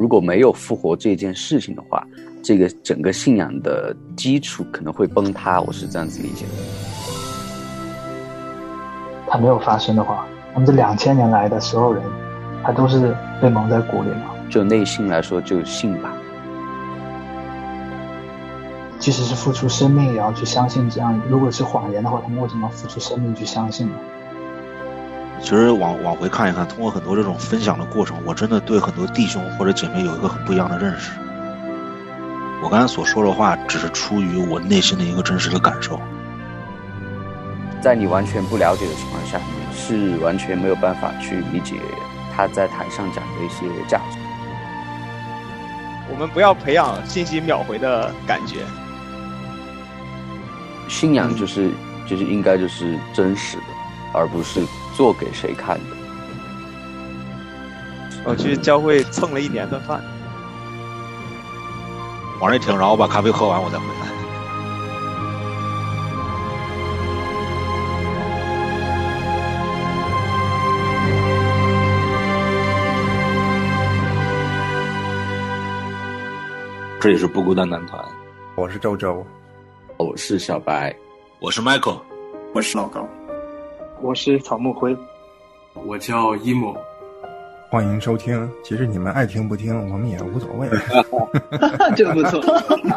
如果没有复活这件事情的话，这个整个信仰的基础可能会崩塌，我是这样子理解的。 它没有发生的话，那么这2000年来的所有人，他都是被蒙在鼓里嘛。 就内心来说，就信吧。 即使是付出生命也要去相信这样，如果是谎言的话，他们为什么要付出生命去相信呢？ 其实往回看一看，通过很多这种分享的过程，我真的对很多弟兄或者姐妹有一个很不一样的认识。我刚才所说的话只是出于我内心的一个真实的感受。 在你完全不了解的情况下，你是完全没有办法去理解他在台上讲的一些价值。 我们不要培养信息秒回的感觉。 信仰就是应该就是真实的，而不是做给谁看的。 我去教会蹭了1年的饭， 往那停，然后我把咖啡喝完，我再回来。 这里是不孤单男团， 我是周周， 我是小白， 我是 Michael， 我是老高， 我是草木灰， 我叫一木。 欢迎收听。其实你们爱听不听，我们也无所谓。 这个不错。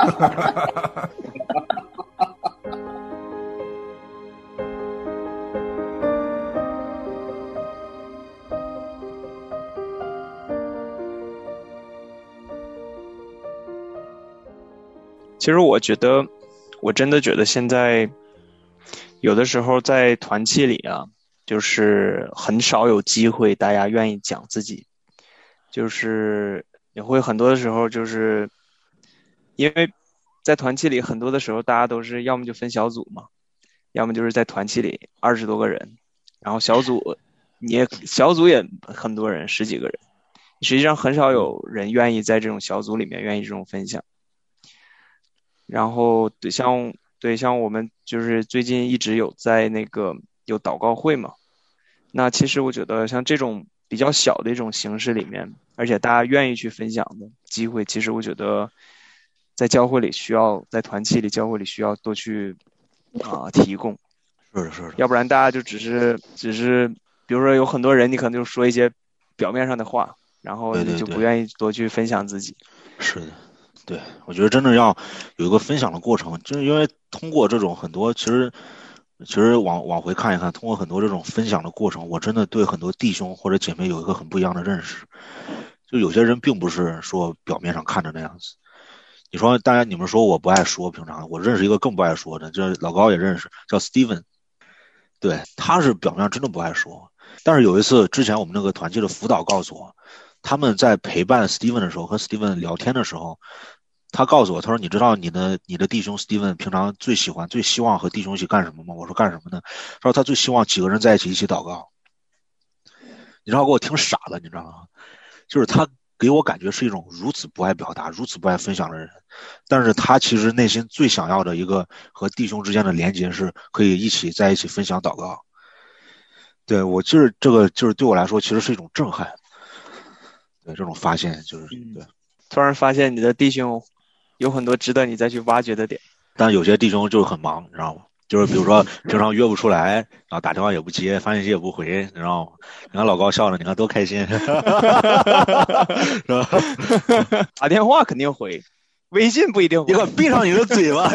其实我真的觉得现在有的时候在团契里啊，就是很少有机会大家愿意讲自己，就是也会很多的时候，就是因为在团契里很多的时候大家都是要么就分小组嘛，要么就是在团契里20多个人，然后小组也很多人，10几个人，实际上很少有人愿意在这种小组里面愿意这种分享。然后像我们就是最近一直有在有祷告会嘛，那其实我觉得像这种比较小的一种形式里面，而且大家愿意去分享的机会，其实我觉得在教会里在团契里教会里需要多去提供。 是的， 要不然大家就只是比如说有很多人你可能就说一些表面上的话，然后你就不愿意多去分享自己。 是的。对，我觉得真的要有一个分享的过程，就是因为通过这种很多，其实往回看一看，通过很多这种分享的过程，我真的对很多弟兄或者姐妹有一个很不一样的认识。就有些人并不是说表面上看着那样子。你说你们说我不爱说，平常我认识一个更不爱说的，这老高也认识，叫 Steven。对，他是表面上真的不爱说，但是有一次之前我们那个团契的辅导告诉我，他们在陪伴 Steven 的时候，和 Steven 聊天的时候，他告诉我，他说你知道你的弟兄 Steven 平常最希望和弟兄一起干什么吗？我说干什么呢？他说他最希望几个人在一起祷告。你知道给我听傻了，你知道吗？就是他给我感觉是一种如此不爱表达、如此不爱分享的人，但是他其实内心最想要的一个和弟兄之间的连接是可以在一起分享祷告。对，我就是这个，就是对我来说其实是一种震撼。对，这种发现就是对， 突然发现你的弟兄有很多值得你再去挖掘的点， 但有些弟兄就很忙，你知道吗？就是比如说平常约不出来，然后打电话也不接，发信息也不回，你知道吗？你看老高笑了，你看多开心，是吧？ 打电话肯定回，微信不一定回。 你可闭上你的嘴巴！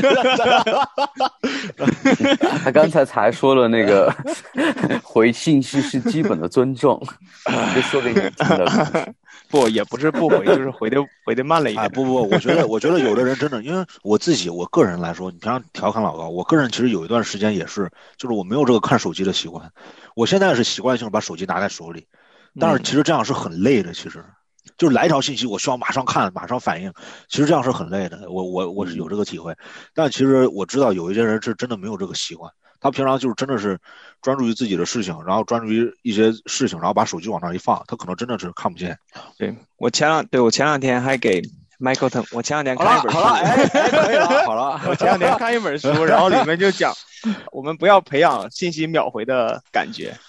他刚才说了那个回信息是基本的尊重，就说给你听的。 不，也不是不回，就是回的慢了一点。 不，我觉得有的人真的，因为我个人来说，你平常调侃老高，我个人其实有一段时间也是，就是我没有这个看手机的习惯，我现在是习惯性把手机拿在手里，但是其实这样是很累的，其实就是来一条信息，我需要马上看，马上反应，其实这样是很累的，我是有这个体会，但其实我知道有一些人是真的没有这个习惯。他平常就是真的是专注于自己的事情，然后专注于一些事情，然后把手机往那一放，他可能真的是看不见。 对，我前两天还给 Michael 我前两天看一本书， 可以了，好了， 我前两天看一本书，然后里面就讲我们不要培养信息秒回的感觉。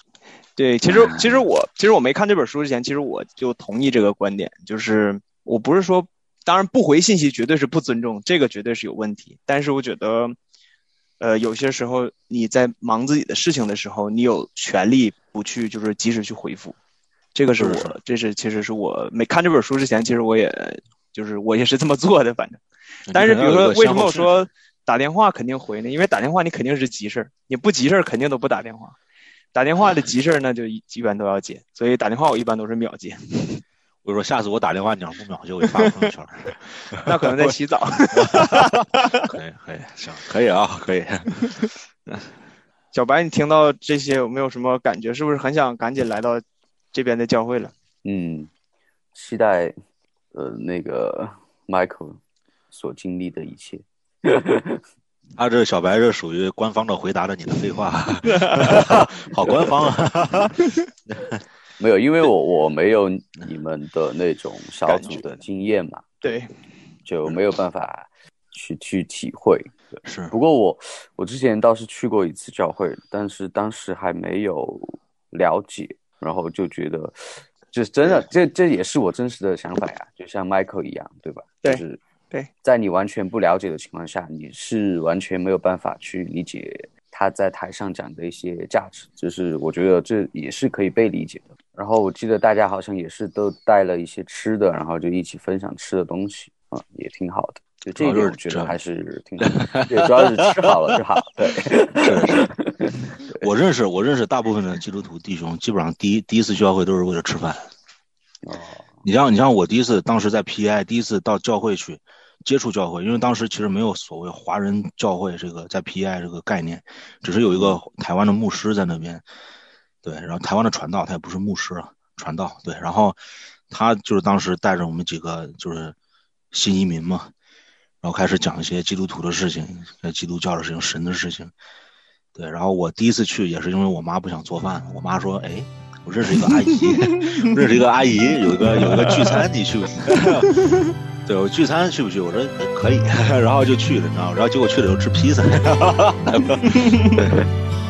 对，其实我没看这本书之前，其实我就同意这个观点，就是我不是说，当然不回信息绝对是不尊重，这个绝对是有问题，但是我觉得有些时候你在忙自己的事情的时候，你有权利不去就是及时去回复，这个是我其实是我没看这本书之前，其实我也是这么做的，反正。但是比如说为什么我说打电话肯定回呢？因为打电话你肯定是急事儿，你不急事儿肯定都不打电话。打电话的急事儿呢就基本都要接，所以打电话我一般都是秒接。 我说下次我打电话你要不秒接，我就发朋友圈。 那可能在洗澡。 可以行，可以啊，可以。 小白，你听到这些有没有什么感觉？是不是很想赶紧来到这边的教会了？ 期待那个 Michael 所经历的一切。 他这小白这属于官方的回答了你的废话。好官方啊。 没有，因为我没有你们的那种小组的经验嘛， 对， 就没有办法去体会。 是， 不过我之前倒是去过一次教会，但是当时还没有了解，然后就觉得就是真的，这也是我真实的想法呀，就像 Michael 一样，对吧？ 对， 就是对， 在你完全不了解的情况下，你是完全没有办法去理解他在台上讲的一些价值，就是我觉得这也是可以被理解的。然后我记得大家好像也是都带了一些吃的，然后就一起分享吃的东西，也挺好的。就这一点我觉得还是挺好，对，主要是吃好了就好。对， 是。我认识大部分的基督徒弟兄，基本上第一次教会都是为了吃饭。你像我当时在 PI 第一次到教会去接触教会，因为当时其实没有所谓华人教会这个在 PI 这个概念，只是有一个台湾的牧师在那边。对，然后台湾的传道，他也不是牧师啊，传道。对，然后他就是当时带着我们几个就是新移民嘛，然后开始讲一些基督徒的事情，基督教的事情，神的事情。对，然后我第一次去也是因为我妈不想做饭，我妈说，哎，我认识一个阿姨，有一个聚餐，你去不去？对，我聚餐去不去？我说可以，然后就去了，你知道吗？然后结果去了以后吃披萨。对。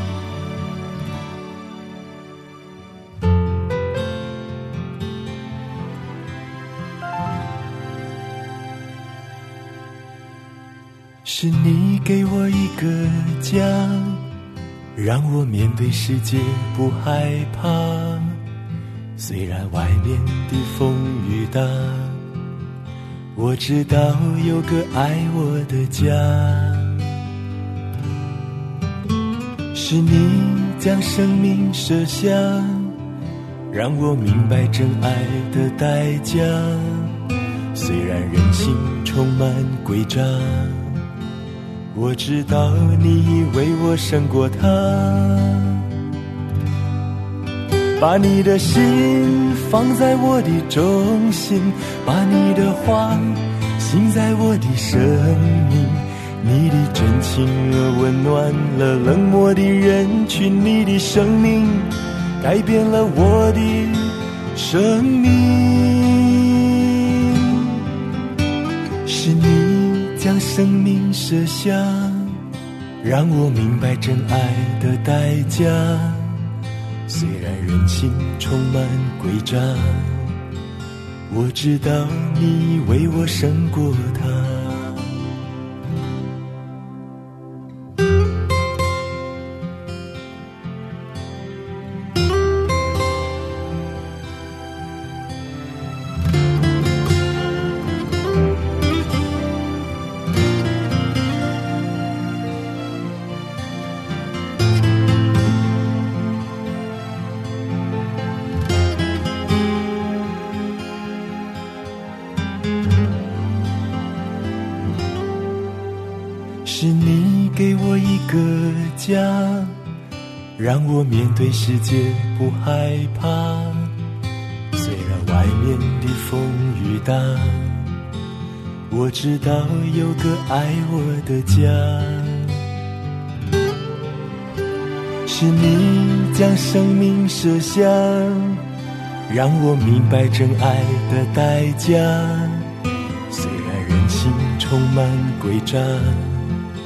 是你给我一个家，让我面对世界不害怕。虽然外面的风雨大，我知道有个爱我的家。是你将生命舍下，让我明白真爱的代价。虽然人性充满诡诈，我知道你为我胜过他。把你的心放在我的中心，把你的话信在我的生命。你的真情温暖了冷漠的人群，你的生命改变了我的生命。是你将生命舍下，让我明白真爱的代价。虽然人性充满诡诈，我知道你为我胜过他。是你给我一个家，让我面对世界不害怕。虽然外面的风雨大，我知道有个爱我的家。是你将生命舍下，让我明白真爱的代价。虽然人性充满诡诈，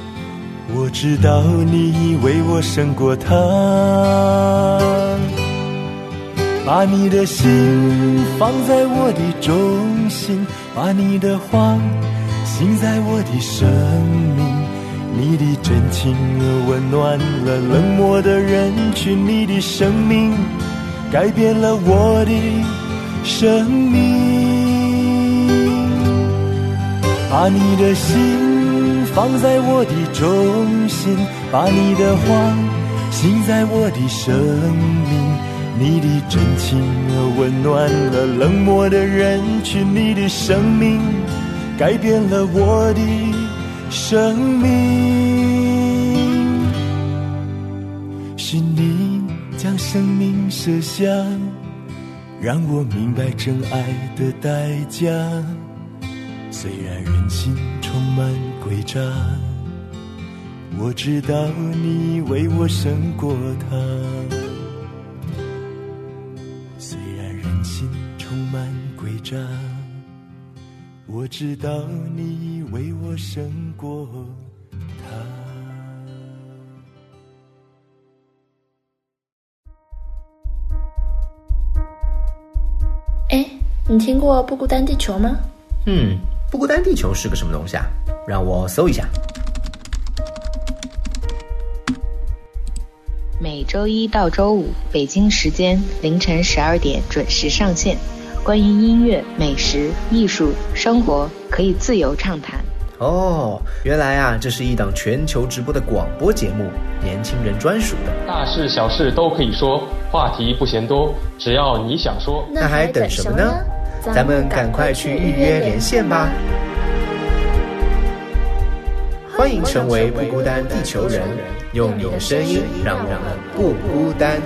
我知道你为我胜过他。 把你的心放在我的中心，把你的话信在我的生命，你的真情温暖了冷漠的人群，你的生命改变了我的生命，把你的心放在我的中心，把你的话信在我的生命，你的真情温暖了冷漠的人群，你的生命改变了我的生命，是你将生命舍下，让我明白真爱的代价，虽然人心充满诡诈，我知道你为我胜过他，虽然人心充满诡诈，我知道你为我胜过他。 哎，你听过不孤单地球吗？ 不孤单地球是个什么东西啊？让我搜一下。 每周一到周五北京时间凌晨12点准时上线，关于音乐、美食、艺术、生活可以自由畅谈。 哦，原来啊，这是一档全球直播的广播节目，年轻人专属的， 大事小事都可以说，话题不嫌多，只要你想说。 那还等什么呢？咱们赶快去预约连线吧。欢迎成为不孤单地球人，用你的声音让我们不孤单。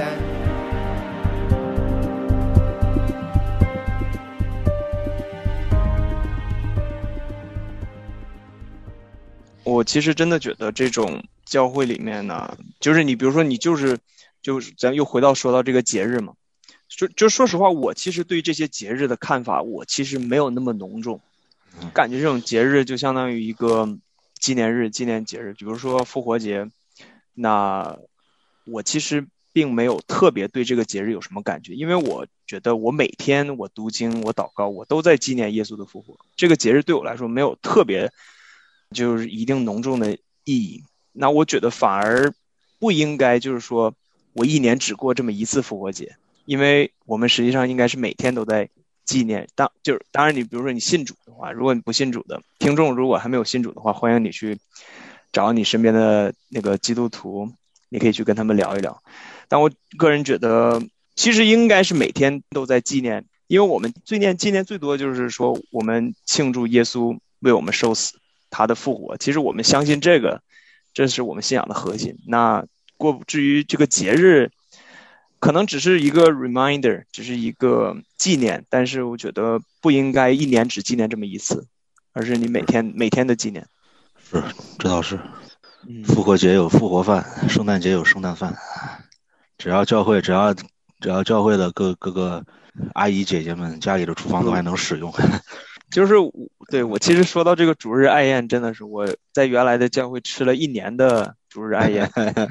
我其实真的觉得这种教会里面呢，就是你比如说你就是咱又说到这个节日嘛，就说实话，我其实对这些节日的看法，我其实没有那么浓重，感觉这种节日就相当于一个纪念节日，比如说复活节，那我其实并没有特别对这个节日有什么感觉，因为我觉得我每天我读经我祷告，我都在纪念耶稣的复活，这个节日对我来说没有特别就是一定浓重的意义。那我觉得反而不应该就是说我一年只过这么一次复活节，因为我们实际上应该是每天都在纪念。当然你比如说你信主的话，如果你不信主的听众如果还没有信主的话，欢迎你去找你身边的那个基督徒，你可以去跟他们聊一聊。但我个人觉得其实应该是每天都在纪念，因为我们纪念最多就是说我们庆祝耶稣为我们受死，他的复活，其实我们相信这是我们信仰的核心。那至于这个节日可能只是一个 reminder， 只是一个纪念，但是我觉得不应该一年只纪念这么一次，而是你每天的纪念。 是，这倒是。复活节有复活饭，圣诞节有圣诞饭，只要教会的各个阿姨姐姐们家里的厨房都还能使用。 就是对，我其实说到这个主日爱宴，真的是我在原来的教会吃了1年的主日爱宴。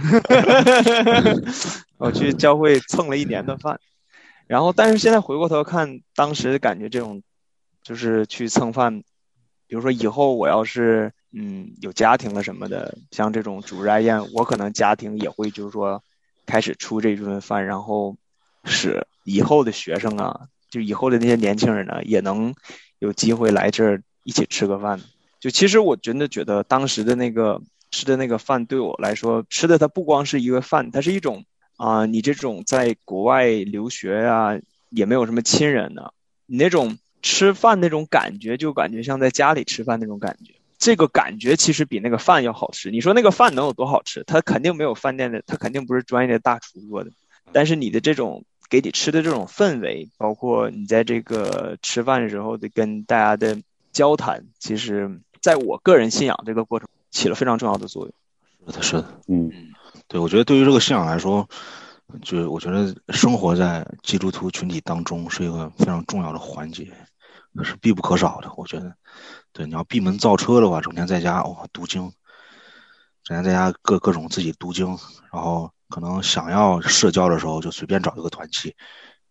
我去教会蹭了1年的饭，然后但是现在回过头看，当时感觉这种就是去蹭饭，比如说以后我要是有家庭了什么的，像这种主日爱宴，我可能家庭也会就是说开始出这顿饭，然后使以后的学生啊，就以后的那些年轻人呢，也能有机会来这儿一起吃个饭。就其实我真的觉得当时的那个吃的那个饭对我来说，吃的它不光是一个饭，它是一种你这种在国外留学啊，也没有什么亲人呢，你那种吃饭那种感觉，就感觉像在家里吃饭那种感觉。这个感觉其实比那个饭要好吃。你说那个饭能有多好吃？它肯定没有饭店的，它肯定不是专业的大厨做的。但是你的这种给你吃的这种氛围，包括你在这个吃饭的时候的跟大家的交谈，其实在我个人信仰这个过程起了非常重要的作用。 是的，对，我觉得对于这个信仰来说，就我觉得生活在基督徒群体当中是一个非常重要的环节，是必不可少的。我觉得，对，你要闭门造车的话，整天在家读经，整天在家各种自己读经，然后可能想要社交的时候就随便找一个团契，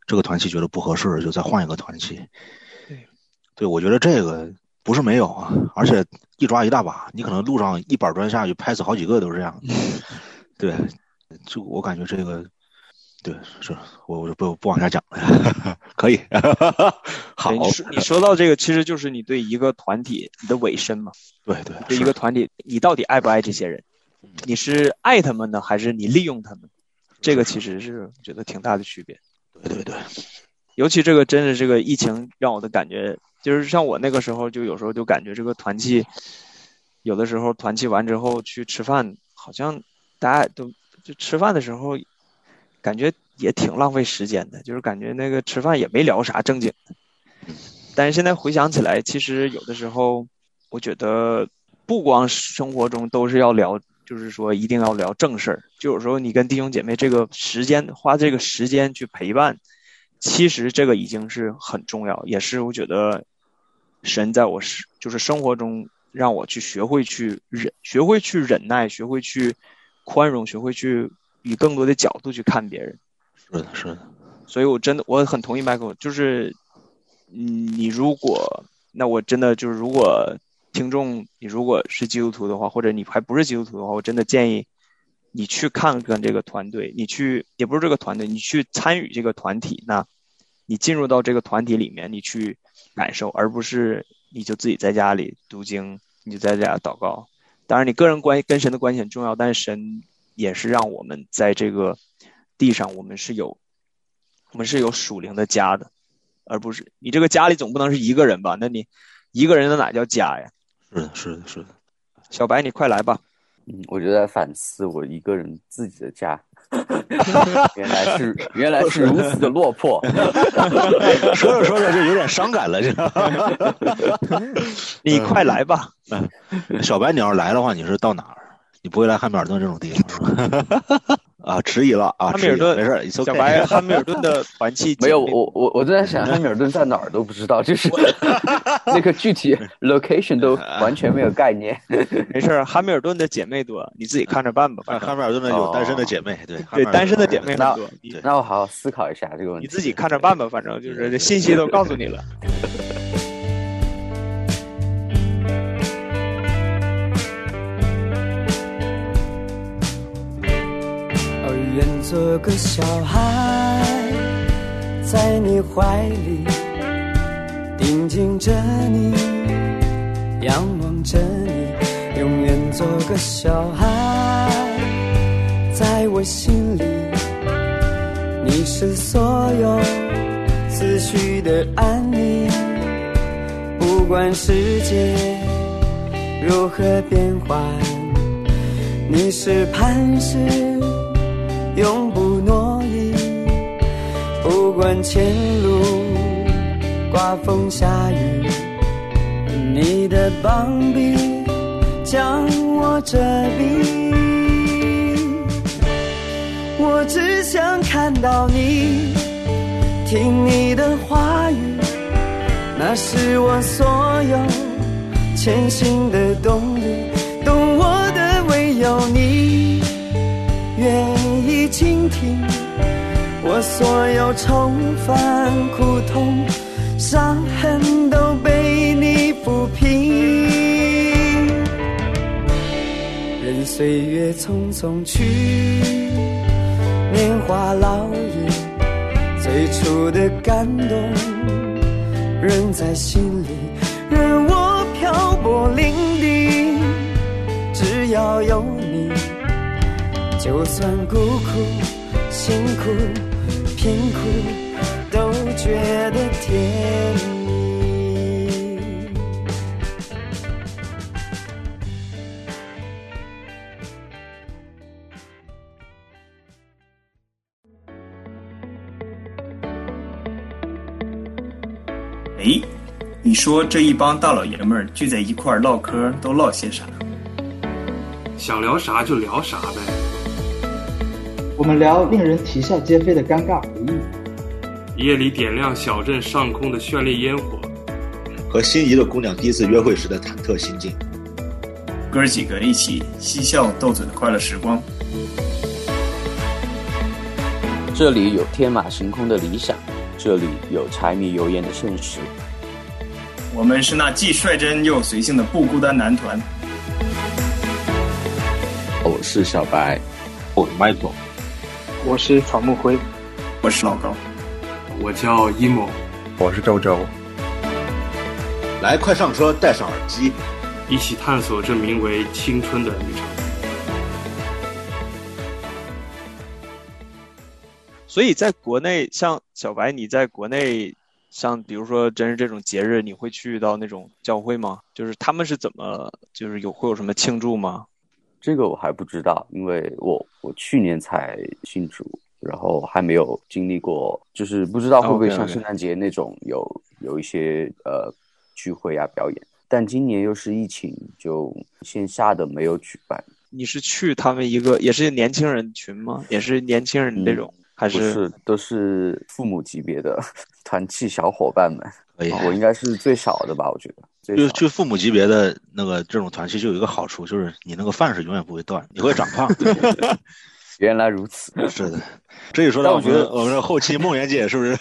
这个团契觉得不合适，就再换一个团契。对，我觉得这个不是没有啊，而且一抓一大把，你可能路上一板砖下去拍死好几个都是这样。对，就我感觉这个，对，是我不往下讲了，可以。好， 你说到这个，其实就是你对一个团体你的委身嘛。 对， 对一个团体，你到底爱不爱这些人？你是爱他们呢，还是你利用他们？这个其实是觉得挺大的区别。 对， 尤其这个真是这个疫情让我的感觉，就是像我那个时候就有时候就感觉这个团契，有的时候团契完之后去吃饭，好像大家都就吃饭的时候，感觉也挺浪费时间的，就是感觉那个吃饭也没聊啥正经的。但是现在回想起来，其实有的时候我觉得不光生活中都是要聊，就是说一定要聊正事儿，就有时候你跟弟兄姐妹这个时间花这个时间去陪伴，其实这个已经是很重要，也是我觉得神在我就是生活中让我去学会去忍耐，学会去宽容，学会去以更多的角度去看别人。 是的。 所以我很同意 Michael， 就是你如果那我真的就是如果听众你如果是基督徒的话，或者你还不是基督徒的话，我真的建议你去看看这个团队，也不是这个团队，你去参与这个团体，那你进入到这个团体里面，你去感受，而不是你就自己在家里读经，你就在家祷告。当然你个人跟神的关系很重要，但是神也是让我们在这个地上我们是有属灵的家的，而不是你这个家里总不能是一个人吧，那你一个人的哪叫家呀？ 是的。 小白你快来吧。 我就在反思我一个人自己的家，原来是如此的落魄。 说着就有点伤感了， 你快来吧。 小白，你要是来的话，你是到哪儿？你不会来汉密尔顿这种地方是吧？啊，迟疑了啊！ 汉密尔顿没事，it's okay。 小白，汉密尔顿的团契没有，我正在想汉密尔顿在哪儿都不知道，就是那个具体 location 都完全没有概念。 没事，汉密尔顿的姐妹多，你自己看着办吧。 汉密尔顿的有单身的姐妹， 对，单身的姐妹很多。 那我好好思考一下这个问题。 你自己看着办吧，反正就是这信息都告诉你了。 愿做个小孩，在你怀里定睛着你，仰望着你。永远做个小孩，在我心里，你是所有思绪的安宁。不管世界如何变幻，你是磐石永不挪移。不管前路刮风下雨，你的膀臂将我遮蔽。我只想看到你，听你的话语，那是我所有前行的动力。懂我的唯有你，愿意倾听我所有愁烦苦痛，伤痕都被你抚平。任岁月匆匆去，年华老矣，最初的感动仍在心里。任我漂泊伶仃，只要有你，就算孤苦辛苦贫苦都觉得甜蜜。 哎，你说这一帮大老爷们儿聚在一块儿唠嗑都唠些啥？想聊啥就聊啥呗。 我们聊令人啼笑皆非的尴尬回忆， 夜里点亮小镇上空的绚丽烟火， 和心仪的姑娘第一次约会时的忐忑心境， 哥儿几个一起嬉笑斗嘴的快乐时光。 这里有天马行空的理想， 这里有柴米油盐的盛世。 我们是那既率真又随性的不孤单男团。 我是小白， 我是 Michael， 我是草木灰， 我是老高， 我叫 emo， 我是周周。 来，快上车，戴上耳机， 一起探索这名为青春的旅程。 所以在国内，像小白，你在国内，像比如说真是这种节日，你会去到那种教会吗？就是他们是怎么，就是会有什么庆祝吗？ 这个我还不知道，因为我去年才信主，然后还没有经历过，就是不知道会不会像圣诞节那种有一些聚会啊表演。但今年又是疫情，就线下的没有举办。 你是去他们一个也是年轻人群吗？也是年轻人这种？还是不是，都是父母级别的团契小伙伴们。我应该是最少的吧，我觉得。 就父母级别的那个这种团契就有一个好处，就是你那个饭是永远不会断，你会长胖。 原来如此， 是的。这就说到我觉得我们的后期梦圆姐是不是？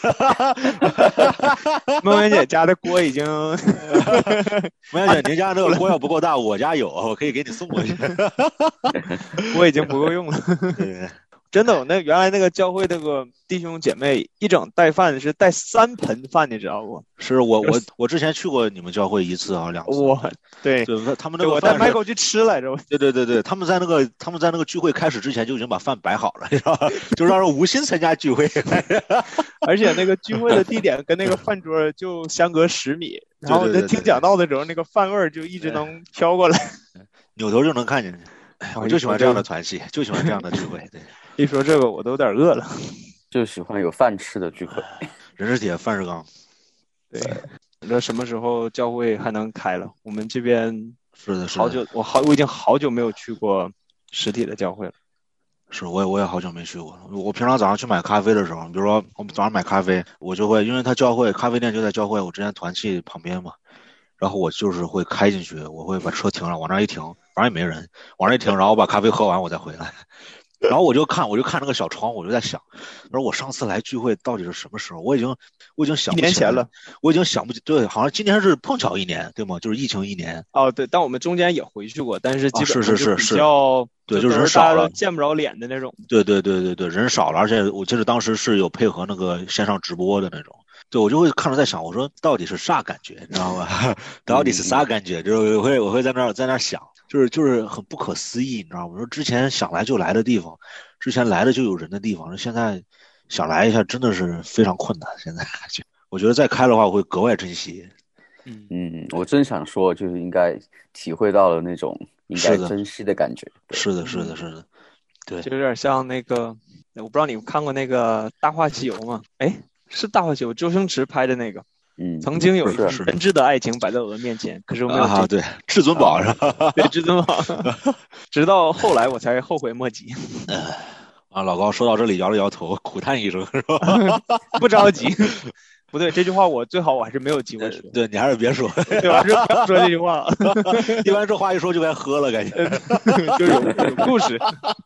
梦圆姐家的锅已经， 梦圆姐您家那个锅要不够大，我家有，我可以给你送过去。 锅已经不够用了。 对。 真的，那原来那个教会那个弟兄姐妹一整带饭是带3盆饭，你知道不？ 是我之前去过你们教会1次啊2次。 哇，对， 他们那个我带 Michael 去吃来着。 对，他们在那个聚会开始之前就已经把饭摆好了，你知道吧？就让人无心参加聚会。 而且那个聚会的地点跟那个饭桌就相隔10米，然后我在听讲道的时候，那个饭味就一直能飘过来， 扭头就能看见。我就喜欢这样的团契，就喜欢这样的聚会。对。 一说这个我都有点饿了， 就喜欢有饭吃的聚会。 人是铁，饭是钢。 对，那什么时候教会还能开了？我们这边是的， 好久，我已经好久没有去过实体的教会了。 是，我也好久没去过了。我平常早上去买咖啡的时候，比如说我们早上买咖啡，我就会因为他教会咖啡店就在教会我之前团契旁边嘛，然后我就是会开进去，我会把车停了，往那一停，反正也没人，往那一停，然后我把咖啡喝完我再回来。然后我就看那个小窗，我就在想，而我上次来聚会到底是什么时候？我已经想不起来 1年前了， 我已经想不起，对，好像今年是碰巧1年，对吗？就是疫情1年。 哦，对，但我们中间也回去过，但是基本上是比较， 对，就是人少了， 见不着脸的那种。 对，人少了，而且我记得当时是有配合那个线上直播的那种。对，我就会看着在想，我说到底是啥感觉，你知道吧？到底是啥感觉？就是我会在那想。就是很不可思议，你知道吗？我说之前想来就来的地方，之前来了就有人的地方，现在想来一下真的是非常困难。现在我觉得再开的话，我会格外珍惜。 我真想说，就是应该体会到了那种应该珍惜的感觉。 是的，对， 就有点像那个，我不知道你们看过那个《大话西游》吗？哎，是《大话西游》，周星驰拍的那个。曾经有一份真挚的爱情摆在我的面前，可是我没有对，至尊宝是吧？ 对，至尊宝。直到后来我才后悔莫及。 老高说到这里摇了摇头，苦叹一声，是吧？ 不着急。不对，这句话我还是没有机会说。 对，你还是别说， 对吧？不要说这句话。 一般这话一说就该喝了，感觉就是有故事。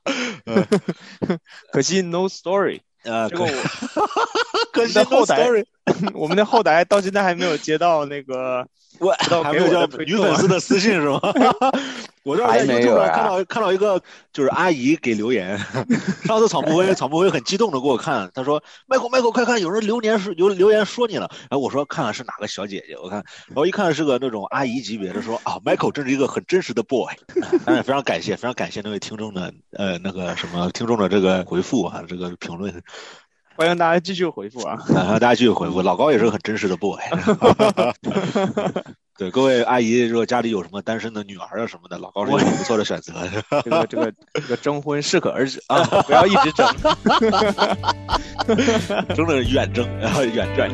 可惜 no story。这个可惜 no story。 我们的后台到现在还没有接到那个， 还没有叫女粉丝的私信是吗？我这在 YouTube 上看到一个就是阿姨给留言，上次草木灰很激动的给我看，他说 Michael 快看，有人留言说你了，然后我说看看是哪个小姐姐，我看，然后一看是个那种阿姨级别的，说啊 Michael 真是一个很真实的 boy， 当然非常感谢那位听众的那个什么听众的这个回复啊，这个评论。 欢迎大家继续回复啊！ 大家继续回复，老高也是个很真实的 boy。对，各位阿姨，如果家里有什么单身的女儿啊什么的，老高是一个不错的选择。 这个征婚适可而止啊，不要一直争， 争的远征，然后远征。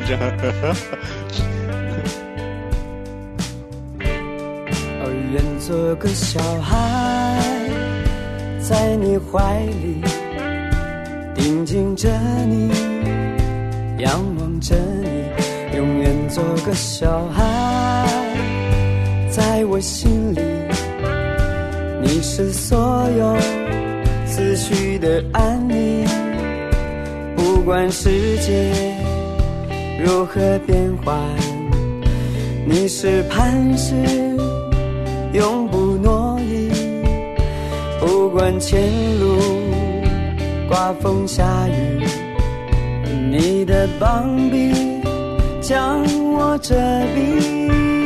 愿做个小孩，在你怀里。定睛着你，仰望着你，永远做个小孩，在我心里，你是所有思绪的安宁。不管世界如何变换，你是磐石永不挪移，不管前路刮风下雨，你的膀臂将我遮蔽。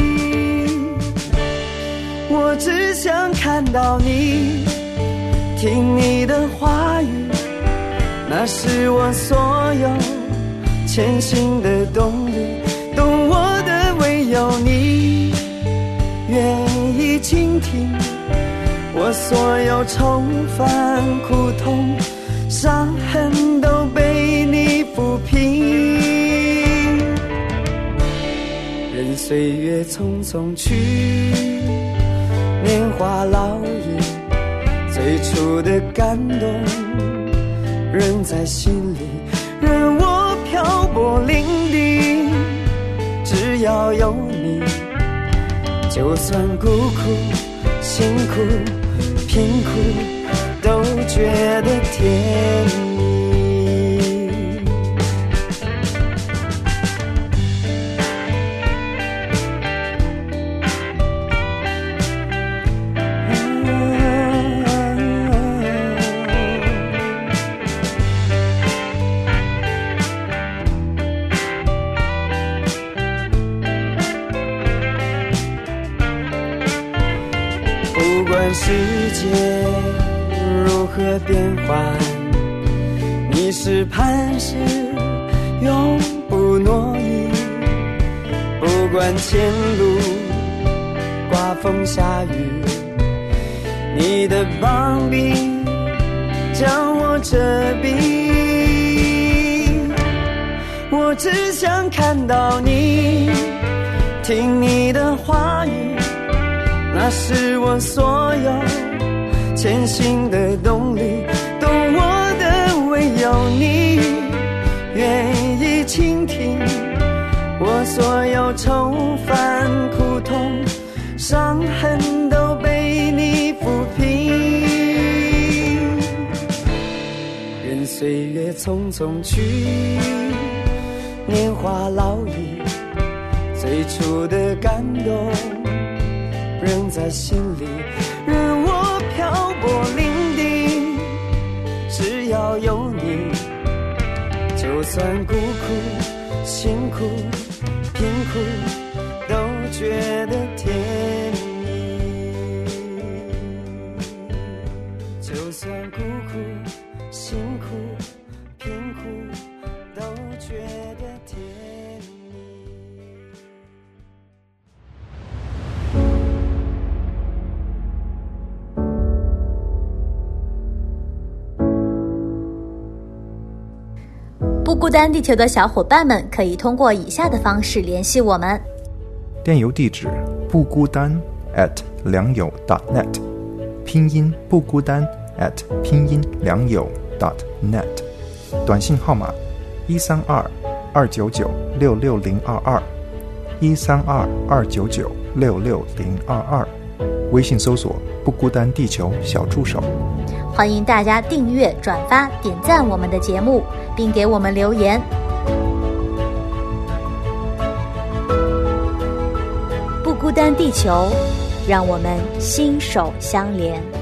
我只想看到你，听你的话语，那是我所有前行的动力。懂我的唯有你，愿意倾听我所有愁烦苦痛，伤痕都被你抚平。任岁月匆匆去，年华老矣，最初的感动仍在心里。任我漂泊零地，只要有你，就算孤苦辛苦贫苦都觉得甜蜜。不管世界如何变幻，你是磐石永不挪移，不管前路刮风下雨，你的膀臂将我遮蔽。我只想看到你，听你的话语，那是我所有前行的动力。懂我的唯有你，愿意倾听我所有愁烦苦痛，伤痕都被你抚平。任岁月匆匆去，年华老矣，最初的感动仍在心里。任我漂泊零地，只要有你，就算孤苦辛苦贫苦都觉得甜蜜。就算孤苦辛苦贫苦都觉得甜蜜。 不孤单地球的小伙伴们可以通过以下的方式联系我们： 电邮地址不孤单良友 .net， 拼音不孤单拼音良友 .net， 短信号码132-299-66022 132-299-66022，微信搜索不孤单地球小助手。 欢迎大家订阅、转发、点赞我们的节目，并给我们留言。不孤单地球，让我们心手相连。